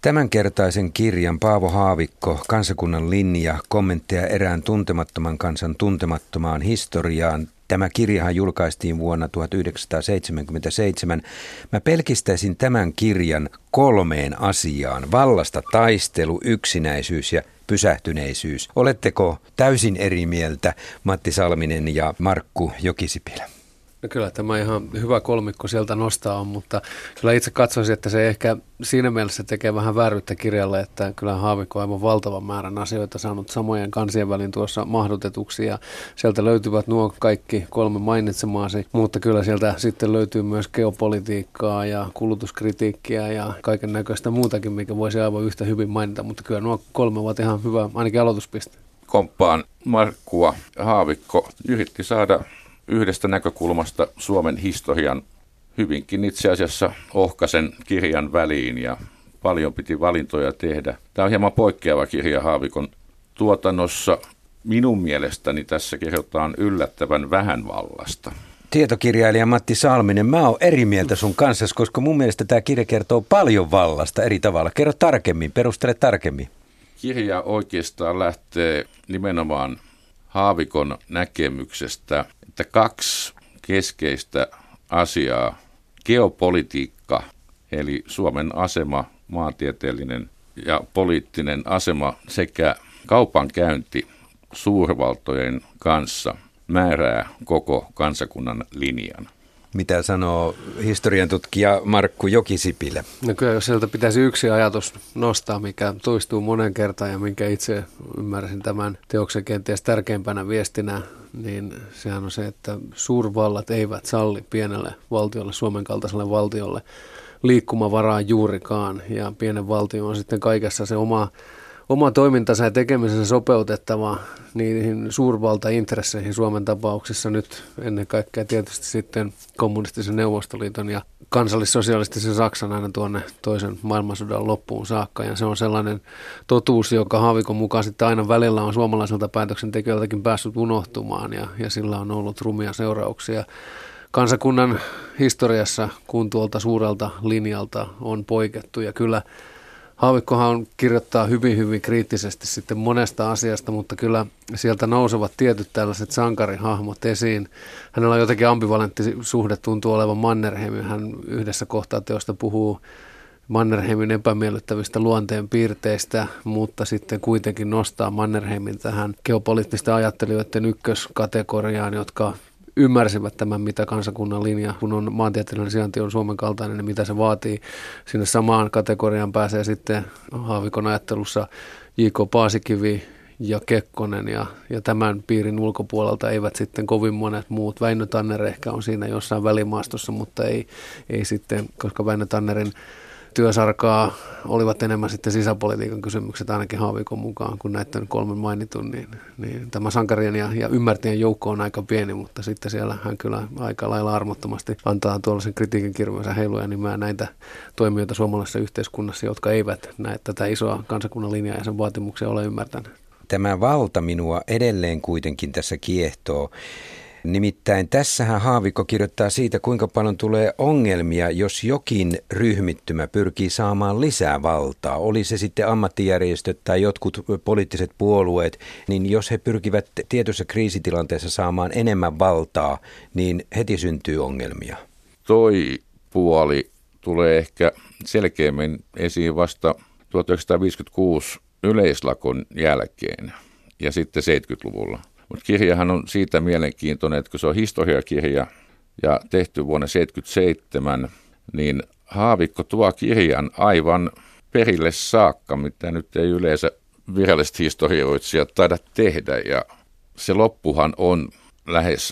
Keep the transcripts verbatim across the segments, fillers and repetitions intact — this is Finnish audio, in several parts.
Tämänkertaisen kirjan Paavo Haavikko, Kansakunnan linja, kommentteja erään tuntemattoman kansan tuntemattomaan historiaan. Tämä kirjahan julkaistiin vuonna tuhatyhdeksänsataaseitsemänkymmentäseitsemän. Mä pelkistäisin tämän kirjan kolmeen asiaan: vallasta taistelu, yksinäisyys ja pysähtyneisyys. Oletteko täysin eri mieltä, Matti Salminen ja Markku Jokisipilä? No kyllä tämä ihan hyvä kolmikko sieltä nostaa on, mutta kyllä itse katsoisin, että se ehkä siinä mielessä tekee vähän vääryyttä kirjalle, että kyllä Haavikko on aivan valtavan määrän asioita saanut samojen kansien välin tuossa mahdutetuksi ja sieltä löytyvät nuo kaikki kolme mainitsemaasi, mutta kyllä sieltä sitten löytyy myös geopolitiikkaa ja kulutuskritiikkiä ja kaiken näköistä muutakin, mikä voisi aivan yhtä hyvin mainita, mutta kyllä nuo kolme ovat ihan hyvä, ainakin aloituspiste. Komppaan Markkua. Haavikko yritti saada yhdestä näkökulmasta Suomen historian hyvinkin itse asiassa ohkaisen kirjan väliin ja paljon piti valintoja tehdä. Tämä on hieman poikkeava kirja Haavikon tuotannossa. Minun mielestäni tässä kerrotaan yllättävän vähän vallasta. Tietokirjailija Matti Salminen, mä oon eri mieltä sun kanssasi, koska mun mielestä tämä kirja kertoo paljon vallasta eri tavalla. Kerro tarkemmin, perustele tarkemmin. Kirja oikeastaan lähtee nimenomaan Haavikon näkemyksestä, että kaksi keskeistä asiaa, geopolitiikka eli Suomen asema, maantieteellinen ja poliittinen asema sekä kaupankäynti suurvaltojen kanssa määrää koko kansakunnan linjan. Mitä sanoo historian tutkija Markku Jokisipilä? No kyllä, jos sieltä pitäisi yksi ajatus nostaa, mikä toistuu monen kertaan ja minkä itse ymmärsin tämän teoksen kenties tärkeimpänä viestinä, niin sehän on se, että suurvallat eivät salli pienelle valtiolle, Suomen kaltaiselle valtiolle, liikkumavaraa juurikaan. Ja pienen valtio on sitten kaikessa se oma Oma toimintansa ja tekemisensä sopeutettava niihin suurvaltaintresseihin Suomen tapauksessa nyt ennen kaikkea tietysti sitten kommunistisen Neuvostoliiton ja kansallissosialistisen Saksan aina tuonne toisen maailmansodan loppuun saakka. Ja se on sellainen totuus, joka Haavikon mukaan sitten aina välillä on suomalaiselta päätöksentekijöiltäkin päässyt unohtumaan ja, ja sillä on ollut rumia seurauksia kansakunnan historiassa, kun tuolta suurelta linjalta on poikettu ja kyllä Haavikkohan kirjoittaa hyvin, hyvin kriittisesti sitten monesta asiasta, mutta kyllä sieltä nousevat tietyt tällaiset sankarihahmot esiin. Hänellä on jotenkin ambivalentti suhde, tuntuu olevan Mannerheimin. Hän yhdessä kohtaa teosta puhuu Mannerheimin epämiellyttävistä luonteen piirteistä, mutta sitten kuitenkin nostaa Mannerheimin tähän geopoliittisten ajattelijoiden ykköskategoriaan, jotka ymmärsivät tämän, mitä kansakunnan linja, kun on maantieteellinen sijainti on Suomen kaltainen, niin mitä se vaatii. Sinne samaan kategoriaan pääsee sitten Haavikon ajattelussa J K Paasikivi ja Kekkonen ja, ja tämän piirin ulkopuolelta eivät sitten kovin monet muut. Väinö Tanner ehkä on siinä jossain välimaastossa, mutta ei, ei sitten, koska Väinö Tannerin työsarkaa olivat enemmän sitten sisäpolitiikan kysymykset ainakin Haavikon mukaan, kun näiden kolmen mainitun, niin, niin tämä sankarien ja, ja ymmärtäjien joukko on aika pieni, mutta sitten siellä hän kyllä aika lailla armottomasti antaa tuollaisen kritiikin kirveensä heiluja ja nimeää näitä toimijoita suomalaisessa yhteiskunnassa, jotka eivät näe tätä isoa kansakunnan linjaa ja sen vaatimuksia ole ymmärtäneet. Tämä valta minua edelleen kuitenkin tässä kiehtoo. Nimittäin tässähän Haavikko kirjoittaa siitä, kuinka paljon tulee ongelmia, jos jokin ryhmittymä pyrkii saamaan lisää valtaa. Oli se sitten ammattijärjestöt tai jotkut poliittiset puolueet, niin jos he pyrkivät tietyssä kriisitilanteessa saamaan enemmän valtaa, niin heti syntyy ongelmia. Toi puoli tulee ehkä selkeämmin esiin vasta tuhatyhdeksänsataaviisikymmentäkuusi yleislakon jälkeen ja sitten seitsemänkymmentäluvulla. Mutta kirjahan on siitä mielenkiintoinen, että kun se on historiakirja ja tehty vuonna tuhatyhdeksänsataaseitsemänkymmentäseitsemän, niin Haavikko tuo kirjan aivan perille saakka, mitä nyt ei yleensä viralliset historioitsijat taida tehdä. Ja se loppuhan on lähes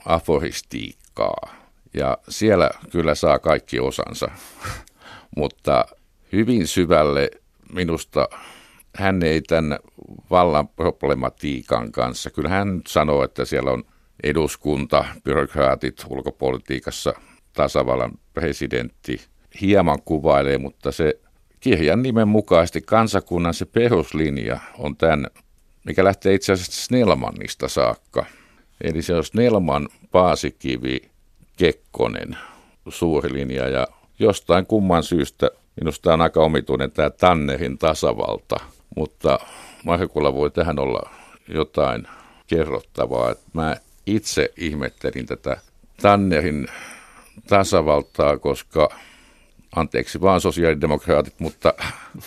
aforistiikkaa ja siellä kyllä saa kaikki osansa, mutta hyvin syvälle minusta hän ei tämän vallan problematiikan kanssa. Kyllä hän sanoo, että siellä on eduskunta, byrokraatit ulkopolitiikassa, tasavallan presidentti. Hieman kuvailee, mutta se kirjan nimen mukaisesti kansakunnan se peruslinja on tämän, mikä lähtee itse asiassa Snellmanista saakka. Eli se on Snellman, Paasikivi, Kekkonen, suuri linja ja jostain kumman syystä Minusta on aika omituinen tämä Tannerin tasavalta, mutta Markulla voi tähän olla jotain kerrottavaa. Että mä itse ihmettelin tätä Tannerin tasavaltaa, koska, anteeksi vaan sosiaalidemokraatit, mutta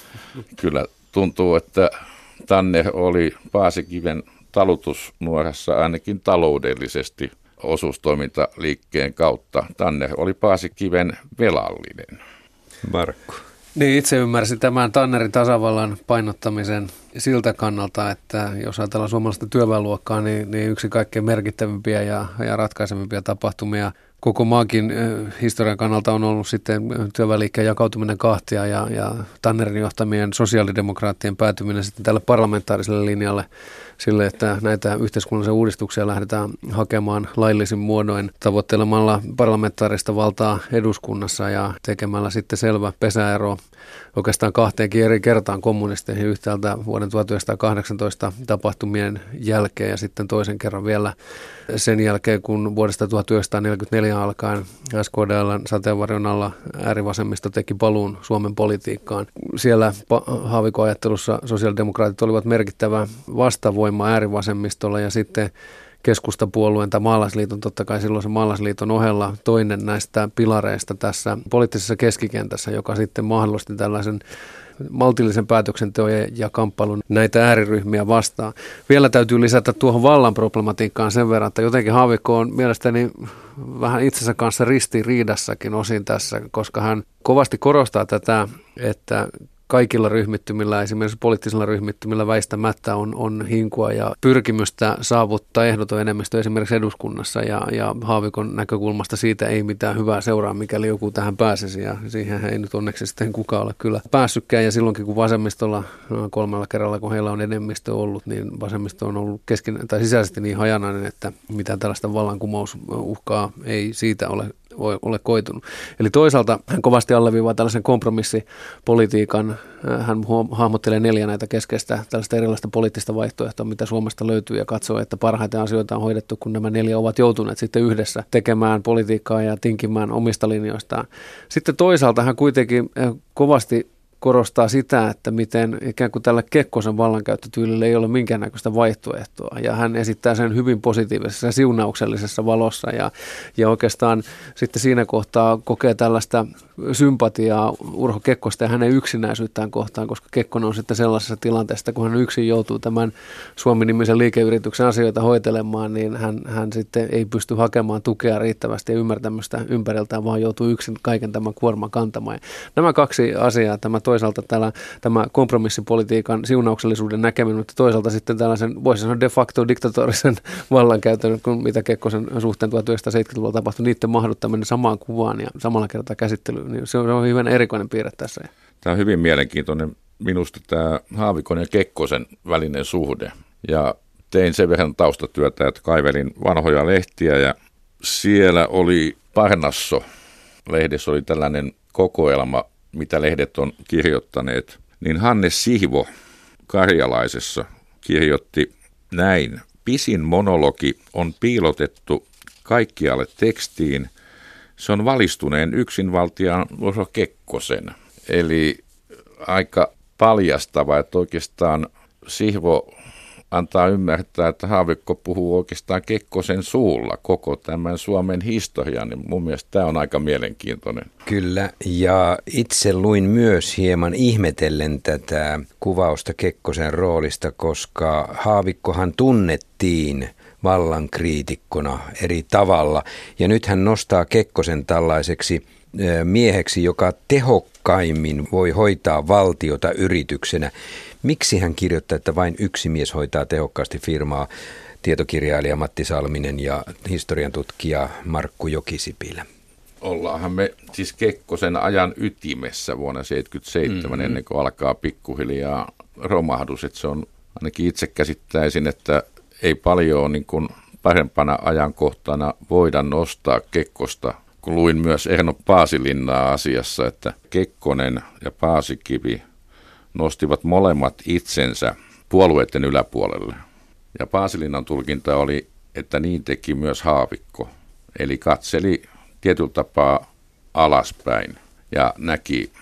kyllä tuntuu, että Tanner oli Paasikiven talutusnuorassa ainakin taloudellisesti osuustoimintaliikkeen kautta. Tanner oli Paasikiven velallinen. Markku. Niin, itse ymmärsin tämän Tannerin tasavallan painottamisen siltä kannalta, että jos ajatellaan suomalaista työväenluokkaa, niin, niin yksi kaikkein merkittävimpiä ja, ja ratkaisevimpia tapahtumia koko maankin historian kannalta on ollut sitten työväenliikkeen jakautuminen kahtia ja, ja Tannerin johtamien sosiaalidemokraattien päätyminen sitten tälle parlamentaariselle linjalle sille, että näitä yhteiskunnallisia uudistuksia lähdetään hakemaan laillisin muodoin tavoittelemalla parlamentaarista valtaa eduskunnassa ja tekemällä sitten selvä pesäero oikeastaan kahteenkin eri kertaan kommunisteihin yhtäältä vuoden tuhatyhdeksänsataakahdeksantoista tapahtumien jälkeen ja sitten toisen kerran vielä sen jälkeen, kun vuodesta tuhatyhdeksänsataaneljäkymmentäneljä alkaen S K D L:n sateenvarjon alla äärivasemmisto teki paluun Suomen politiikkaan. Siellä Haavikon ajattelussa sosiaalidemokraatit olivat merkittävä vastavoima äärivasemmistolla ja sitten keskustapuolueen tai maalaisliiton, totta kai silloin se maalaisliiton ohella toinen näistä pilareista tässä poliittisessa keskikentässä, joka sitten mahdollisti tällaisen maltillisen päätöksenteon ja kamppailun näitä ääriryhmiä vastaan. Vielä täytyy lisätä tuohon vallan problematiikkaan sen verran, että jotenkin Haavikko on mielestäni vähän itsensä kanssa ristiriidassakin osin tässä, koska hän kovasti korostaa tätä, että kaikilla ryhmittymillä, esimerkiksi poliittisilla ryhmittymillä väistämättä on, on hinkua ja pyrkimystä saavuttaa ehdoton enemmistö esimerkiksi eduskunnassa ja, ja Haavikon näkökulmasta siitä ei mitään hyvää seuraa, mikäli joku tähän pääsisi ja siihen ei nyt onneksi sitten kukaan ole kyllä päässytkään ja silloinkin kun vasemmistolla kolmella kerralla kun heillä on enemmistö ollut, niin vasemmisto on ollut kesken, tai sisäisesti niin hajanainen, että mitään tällaista vallankumousuhkaa ei siitä ole ole koitunut. Eli toisaalta hän kovasti alleviivaa tällaisen kompromissipolitiikan. Hän hahmottelee neljä näitä keskeistä tällaista erilaista poliittista vaihtoehtoa, mitä Suomesta löytyy ja katsoo, että parhaiten asioita on hoidettu, kun nämä neljä ovat joutuneet sitten yhdessä tekemään politiikkaa ja tinkimään omista linjoistaan. Sitten toisaalta hän kuitenkin kovasti korostaa sitä, että miten ikään kuin tällä Kekkosen vallankäyttötyylillä ei ole minkäännäköistä vaihtoehtoa. Ja hän esittää sen hyvin positiivisessa ja siunauksellisessa valossa. Ja, ja oikeastaan sitten siinä kohtaa kokee tällaista sympatiaa Urho Kekkosta ja hänen yksinäisyyttään kohtaan, koska Kekkonen on sitten sellaisessa tilanteessa, kun hän yksin joutuu tämän Suomi-nimisen liikeyrityksen asioita hoitelemaan, niin hän, hän sitten ei pysty hakemaan tukea riittävästi ja ymmärtämystä ympäriltään, vaan joutuu yksin kaiken tämän kuorman kantamaan. Ja nämä kaksi asiaa, tämä toisaalta tällä, tämä kompromissipolitiikan siunauksellisuuden näkeminen, mutta toisaalta sitten tällaisen, voisi sanoa de facto diktatorisen vallankäytön, kun mitä Kekkosen suhteen tuhatyhdeksänsataaseitsemänkymmentäluvulla tapahtui, niiden mahduttaminen samaan kuvaan ja samalla kertaa käsittelyyn, niin se on hyvin erikoinen piirre tässä. Tämä on hyvin mielenkiintoinen minusta tämä Haavikon ja Kekkosen välinen suhde. Ja tein sen verran taustatyötä, että kaivelin vanhoja lehtiä ja siellä oli Parnasso-lehdessä oli tällainen kokoelma, mitä lehdet on kirjoittaneet, niin Hannes Sihvo Karjalaisessa kirjoitti näin. Pisin monologi on piilotettu kaikkialle tekstiin. Se on valistuneen yksinvaltiaan Urho Kekkosen. Eli aika paljastava, että oikeastaan Sihvo antaa ymmärtää, että Haavikko puhuu oikeastaan Kekkosen suulla koko tämän Suomen historian, niin mun mielestä tämä on aika mielenkiintoinen. Kyllä, ja itse luin myös hieman ihmetellen tätä kuvausta Kekkosen roolista, koska Haavikkohan tunnettiin vallankriitikkona eri tavalla, ja nyt hän nostaa Kekkosen tällaiseksi mieheksi, joka tehokkaimmin voi hoitaa valtiota yrityksenä. Miksi hän kirjoittaa, että vain yksi mies hoitaa tehokkaasti firmaa, tietokirjailija Matti Salminen ja historian tutkija Markku Jokisipilä? Ollaanhan me siis Kekkosen ajan ytimessä vuonna tuhatyhdeksänsataaseitsemänkymmentäseitsemän, mm-hmm. ennen kuin alkaa pikkuhiljaa romahdus. Että se on, ainakin itse käsittäisin, että ei paljon niin kuin parempana ajankohtana voida nostaa Kekkosta, kun luin myös Erno Paasilinnaa asiassa, että Kekkonen ja Paasikivi nostivat molemmat itsensä puolueiden yläpuolelle. Ja Paasilinnan tulkinta oli, että niin teki myös Haavikko. Eli katseli tietyllä tapaa alaspäin ja näki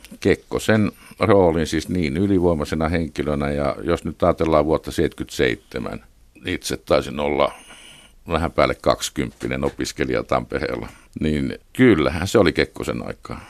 Kekkosen roolin siis niin ylivoimaisena henkilönä, ja jos nyt ajatellaan vuotta seitsemänkymmentäseitsemän, itse taisin olla vähän päälle kaksikymppinen opiskelija Tampereella, niin kyllähän se oli Kekkosen aikaa.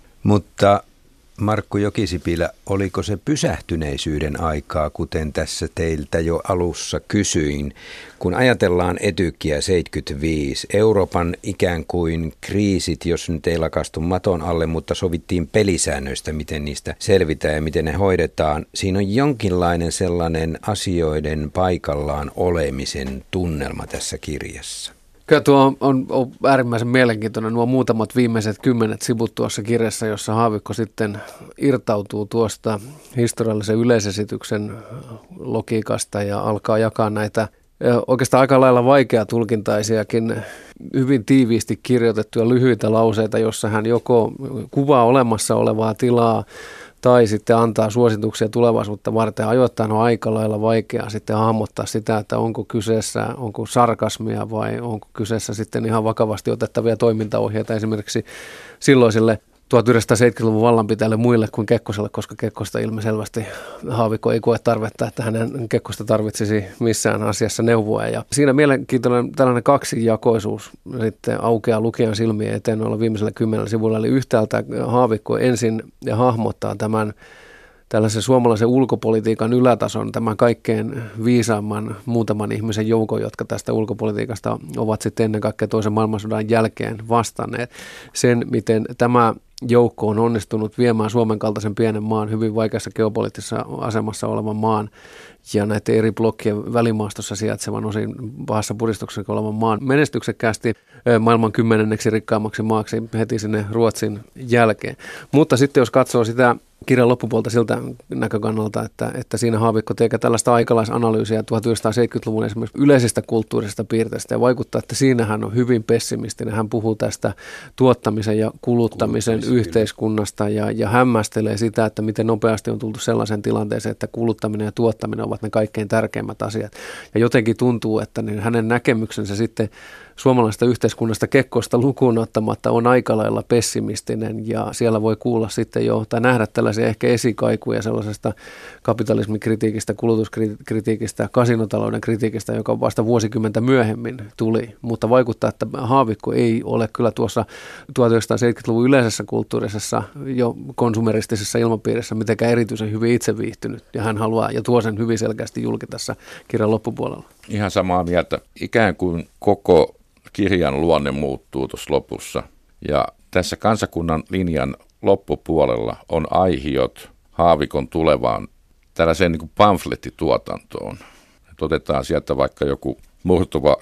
Mutta Markku Jokisipilä, oliko se pysähtyneisyyden aikaa, kuten tässä teiltä jo alussa kysyin? Kun ajatellaan Etykiä seitsemänkymmentäviisi, Euroopan ikään kuin kriisit, jos nyt ei lakastu maton alle, mutta sovittiin pelisäännöistä, miten niistä selvitään ja miten ne hoidetaan. Siinä on jonkinlainen sellainen asioiden paikallaan olemisen tunnelma tässä kirjassa. Kyllä tuo on, on äärimmäisen mielenkiintoinen, nuo muutamat viimeiset kymmenet sivut tuossa kirjassa, jossa Haavikko sitten irtautuu tuosta historiallisen yleisesityksen logiikasta ja alkaa jakaa näitä oikeastaan aika lailla vaikea tulkintaisiakin, hyvin tiiviisti kirjoitettuja lyhyitä lauseita, jossa hän joko kuvaa olemassa olevaa tilaa tai sitten antaa suosituksia tulevaisuutta varten. Ajoittain on aika lailla vaikeaa sitten hahmottaa sitä, että onko kyseessä, onko sarkasmia vai onko kyseessä sitten ihan vakavasti otettavia toimintaohjeita esimerkiksi silloisille tuhatyhdeksänsataaseitsemänkymmentäluvun vallanpitäjille muille kuin Kekkoselle, koska Kekkosta ilmiselvästi Haavikko ei koe tarvetta, että hänen Kekkosta tarvitsisi missään asiassa neuvoa. Ja siinä mielenkiintoinen tällainen kaksijakoisuus sitten aukeaa lukijan silmien eteen noilla viimeisellä kymmenellä sivulla. Eli yhtäältä Haavikko ensin ja hahmottaa tämän tällaisen suomalaisen ulkopolitiikan ylätason, tämän kaikkein viisaamman muutaman ihmisen joukon, jotka tästä ulkopolitiikasta ovat sitten ennen kaikkea toisen maailmansodan jälkeen vastanneet. Sen, miten tämä joukko on onnistunut viemään Suomen kaltaisen pienen maan, hyvin vaikeassa geopoliittisessa asemassa olevan maan ja näiden eri blokkien välimaastossa sijaitsevan osin pahassa puristuksessa olevan maan menestyksekkäästi maailman kymmenenneksi rikkaammaksi maaksi heti sinne Ruotsin jälkeen. Mutta sitten jos katsoo sitä kirjan loppupuolta siltä näkökannalta, että, että siinä Haavikko tekee tällaista aikalaisanalyysiä tuhatyhdeksänsataaseitsemänkymmentäluvun esimerkiksi yleisestä kulttuurisesta piirteestä ja vaikuttaa, että siinä hän on hyvin pessimistinen. Hän puhuu tästä tuottamisen ja kuluttamisen yhteiskunnasta ja, ja hämmästelee sitä, että miten nopeasti on tultu sellaisen tilanteeseen, että kuluttaminen ja tuottaminen ovat ne kaikkein tärkeimmät asiat. Ja jotenkin tuntuu, että niin hänen näkemyksensä sitten suomalaisesta yhteiskunnasta Kekkosta lukuun ottamatta on aika lailla pessimistinen ja siellä voi kuulla sitten jo tai nähdä tällaisia ehkä esikaikuja sellaisesta kapitalismikritiikistä, kulutuskritiikistä, kasinotalouden kritiikistä, joka vasta vuosikymmentä myöhemmin tuli. Mutta vaikuttaa, että Haavikko ei ole kyllä tuossa tuhatyhdeksänsataaseitsemänkymmentäluvun yleisessä kulttuurisessa jo konsumeristisessa ilmapiirissä mitenkään erityisen hyvin itse viihtynyt ja hän haluaa ja tuo sen hyvin selkeästi julki tässä kirjan loppupuolella. Ihan samaa mieltä. Ikään kuin koko kirjan luonne muuttuu tuossa lopussa. Ja tässä kansakunnan linjan loppupuolella on aihiot Haavikon tulevaan tällaiseen niin kuin pamflettituotantoon. Et otetaan sieltä vaikka joku Murtuva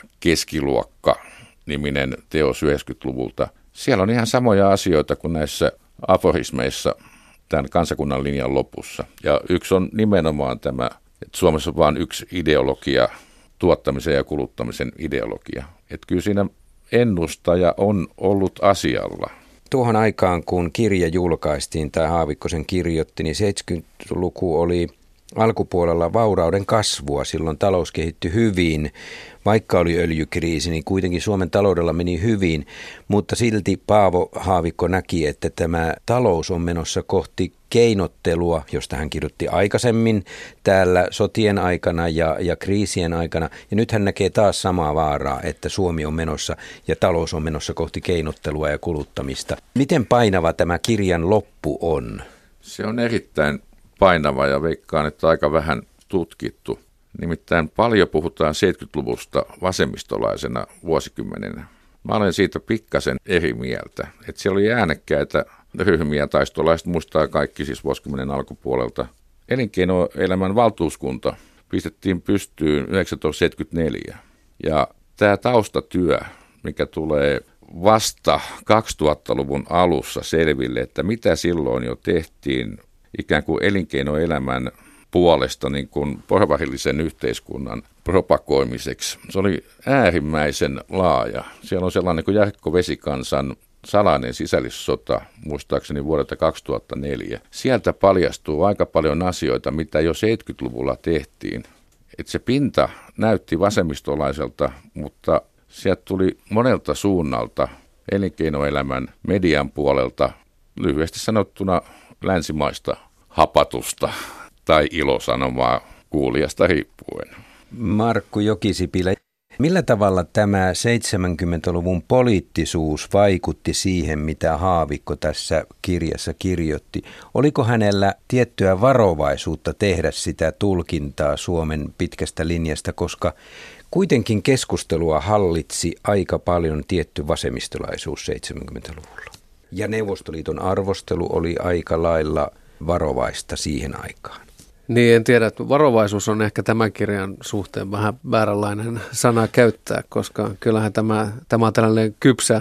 keskiluokka-niminen teos yhdeksänkymmentäluvulta. Siellä on ihan samoja asioita kuin näissä aforismeissa tämän kansakunnan linjan lopussa. Ja yksi on nimenomaan tämä, että Suomessa on vain yksi ideologia, tuottamisen ja kuluttamisen ideologia. Että kyllä siinä ennustaja on ollut asialla. Tuohon aikaan, kun kirja julkaistiin tai Haavikko sen kirjoitti, niin seitsemänkymmentäluku oli alkupuolella vaurauden kasvua. Silloin talous kehittyi hyvin. Vaikka oli öljykriisi, niin kuitenkin Suomen taloudella meni hyvin. Mutta silti Paavo Haavikko näki, että tämä talous on menossa kohti keinottelua, josta hän kirjoitti aikaisemmin täällä sotien aikana ja, ja kriisien aikana. Ja nyt hän näkee taas samaa vaaraa, että Suomi on menossa ja talous on menossa kohti keinottelua ja kuluttamista. Miten painava tämä kirjan loppu on? Se on erittäin painava ja veikkaan, että aika vähän tutkittu. Nimittäin paljon puhutaan seitsemänkymmentäluvusta vasemmistolaisena vuosikymmenenä. Mä olen siitä pikkasen eri mieltä. Että siellä oli äänekkäitä ryhmiä, taistolaiset muistaa kaikki siis vuosikymmenen alkupuolelta. Elinkeinoelämän valtuuskunta pistettiin pystyyn yhdeksäntoistasataaseitsemänkymmentäneljä. Ja tämä taustatyö, mikä tulee vasta kaksituhattaluvun alussa selville, että mitä silloin jo tehtiin ikään kuin elinkeinoelämän puolesta niin kuin porvarillisen yhteiskunnan propagoimiseksi. Se oli äärimmäisen laaja. Siellä on sellainen kuin Jarkko Vesikansan salainen sisällissota, muistaakseni vuodelta kaksituhattaneljä. Sieltä paljastuu aika paljon asioita, mitä jo seitsemänkymmentäluvulla tehtiin. Et se pinta näytti vasemmistolaiselta, mutta sieltä tuli monelta suunnalta, elinkeinoelämän, median puolelta, lyhyesti sanottuna länsimaista hapatusta tai ilosanomaa kuulijasta riippuen. Markku Jokisipilä, millä tavalla tämä seitsemänkymmentäluvun poliittisuus vaikutti siihen, mitä Haavikko tässä kirjassa kirjoitti? Oliko hänellä tiettyä varovaisuutta tehdä sitä tulkintaa Suomen pitkästä linjasta, koska kuitenkin keskustelua hallitsi aika paljon tietty vasemmistolaisuus seitsemänkymmentäluvulla. Ja Neuvostoliiton arvostelu oli aika lailla varovaista siihen aikaan. Niin, en tiedä, että varovaisuus on ehkä tämän kirjan suhteen vähän vääränlainen sana käyttää, koska kyllähän tämä, tämä on tällainen kypsä,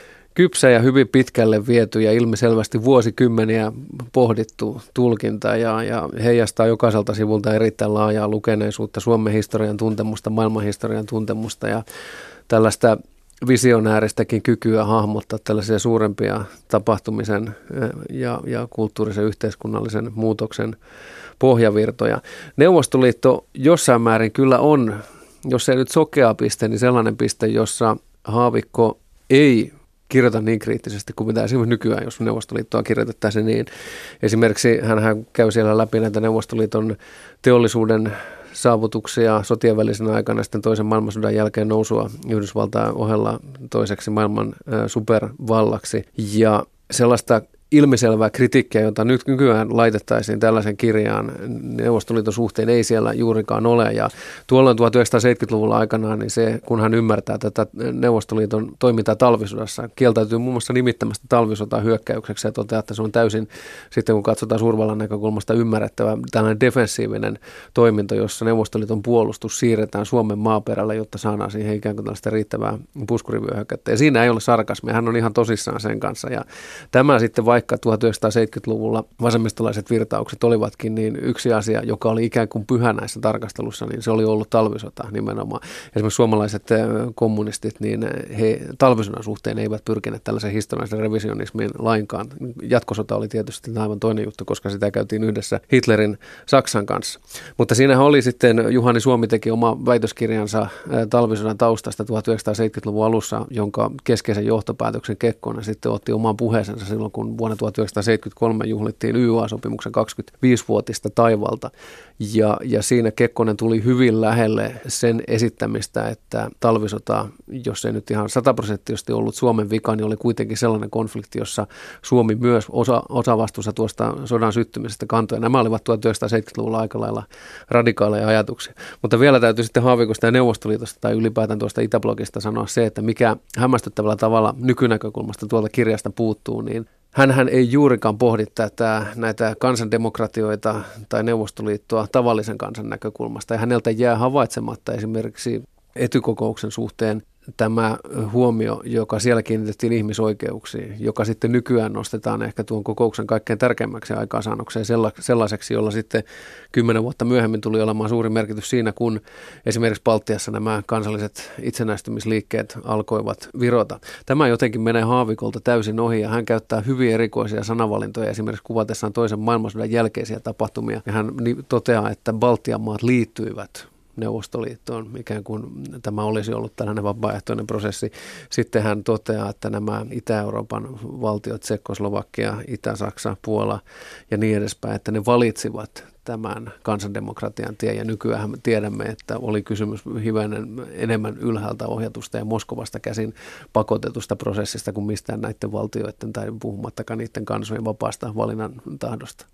kypsä ja hyvin pitkälle viety ja ilmiselvästi vuosikymmeniä pohdittu tulkinta ja, ja heijastaa jokaiselta sivulta erittäin laajaa lukeneisuutta, Suomen historian tuntemusta, maailmanhistorian tuntemusta ja tällaista visionääristäkin kykyä hahmottaa tällaisia suurempia tapahtumisen ja, ja kulttuurisen yhteiskunnallisen muutoksen pohjavirtoja. Neuvostoliitto jossain määrin kyllä on, jos ei nyt sokea piste, niin sellainen piste, jossa Haavikko ei kirjoita niin kriittisesti kuin mitä esimerkiksi nykyään, jos Neuvostoliittoa kirjoitettaisiin niin. Esimerkiksi hän käy siellä läpi näitä Neuvostoliiton teollisuuden saavutuksia sotien välisenä aikana, sitten toisen maailmansodan jälkeen nousua Yhdysvaltain ohella toiseksi maailman supervallaksi. Ja sellaista ilmiselvää kritiikkiä, jota nyt nykyään laitettaisiin tällaisen kirjaan Neuvostoliiton suhteen, ei siellä juurikaan ole. Ja tuolloin tuhatyhdeksänsataaseitsemänkymmentäluvulla aikanaan, niin se, kun hän ymmärtää tätä Neuvostoliiton toimintaa talvisodassa, kieltäytyy muun muassa nimittämästä talvisotaa hyökkäykseksi ja toteaa, että se on täysin, sitten kun katsotaan suurvallan näkökulmasta, ymmärrettävä tällainen defensiivinen toiminto, jossa Neuvostoliiton puolustus siirretään Suomen maaperällä, jotta saadaan siihen ikään kuin tällaista riittävää puskurivyöhykettä. Ja siinä ei ole sarkasmia, hän on ihan tosissaan sen kanssa. Ja tämä sitten vaikka tuhatyhdeksänsataaseitsemänkymmentäluvulla vasemmistolaiset virtaukset olivatkin, niin yksi asia, joka oli ikään kuin pyhä näissä tarkastelussa, niin se oli ollut talvisota nimenomaan. Esimerkiksi suomalaiset kommunistit, niin he talvisodan suhteen eivät pyrkineet tällaisen historiallisen revisionismiin lainkaan. Jatkosota oli tietysti aivan toinen juttu, koska sitä käytiin yhdessä Hitlerin Saksan kanssa. Mutta siinähän oli sitten, Juhani Suomi teki oma väitöskirjansa talvisodan taustasta tuhatyhdeksänsataaseitsemänkymmentäluvun alussa, jonka keskeisen johtopäätöksen Kekkonen sitten otti oman puheensa silloin, kun vuonna tuhatyhdeksänsataaseitsemänkymmentäkolme juhlittiin Y A-sopimuksen kaksikymmentäviisivuotista taivalta. Ja, ja siinä Kekkonen tuli hyvin lähelle sen esittämistä, että talvisota, jos ei nyt ihan sataprosenttisesti ollut Suomen vika, niin oli kuitenkin sellainen konflikti, jossa Suomi myös osa, osa vastuussa tuosta sodan syttymisestä kantoi. Nämä olivat tuhatyhdeksänsataaseitsemänkymmentäluvulla aika lailla radikaaleja ajatuksia. Mutta vielä täytyy sitten Haavikosta ja Neuvostoliitosta tai ylipäätään tuosta Itäblogista sanoa se, että mikä hämmästyttävällä tavalla nykynäkökulmasta tuolta kirjasta puuttuu, niin hänhän ei juurikaan pohdi tätä, näitä kansandemokratioita tai Neuvostoliittoa tavallisen kansan näkökulmasta. Ja häneltä jää havaitsematta esimerkiksi etykokouksen suhteen tämä huomio, joka siellä kiinnitettiin ihmisoikeuksiin, joka sitten nykyään nostetaan ehkä tuon kokouksen kaikkein tärkeimmäksi aikaansaannokseen sellaiseksi, jolla sitten kymmenen vuotta myöhemmin tuli olemaan suuri merkitys siinä, kun esimerkiksi Baltiassa nämä kansalliset itsenäistymisliikkeet alkoivat virota. Tämä jotenkin menee Haavikolta täysin ohi ja hän käyttää hyvin erikoisia sanavalintoja esimerkiksi kuvatessaan toisen maailmansodan jälkeisiä tapahtumia. Ja hän toteaa, että Baltian maat liittyivät Neuvostoliittoon, ikään kuin tämä olisi ollut tällainen vapaaehtoinen prosessi. Sitten hän toteaa, että nämä Itä-Euroopan valtiot, Tsekkoslovakia, Itä-Saksa, Puola ja niin edespäin, että ne valitsivat tämän kansandemokratian tien. Ja nykyään me tiedämme, että oli kysymys hivenen enemmän ylhäältä ohjatusta ja Moskovasta käsin pakotetusta prosessista kuin mistään näiden valtioiden tai puhumattakaan niiden kansojen vapaasta valinnan tahdosta.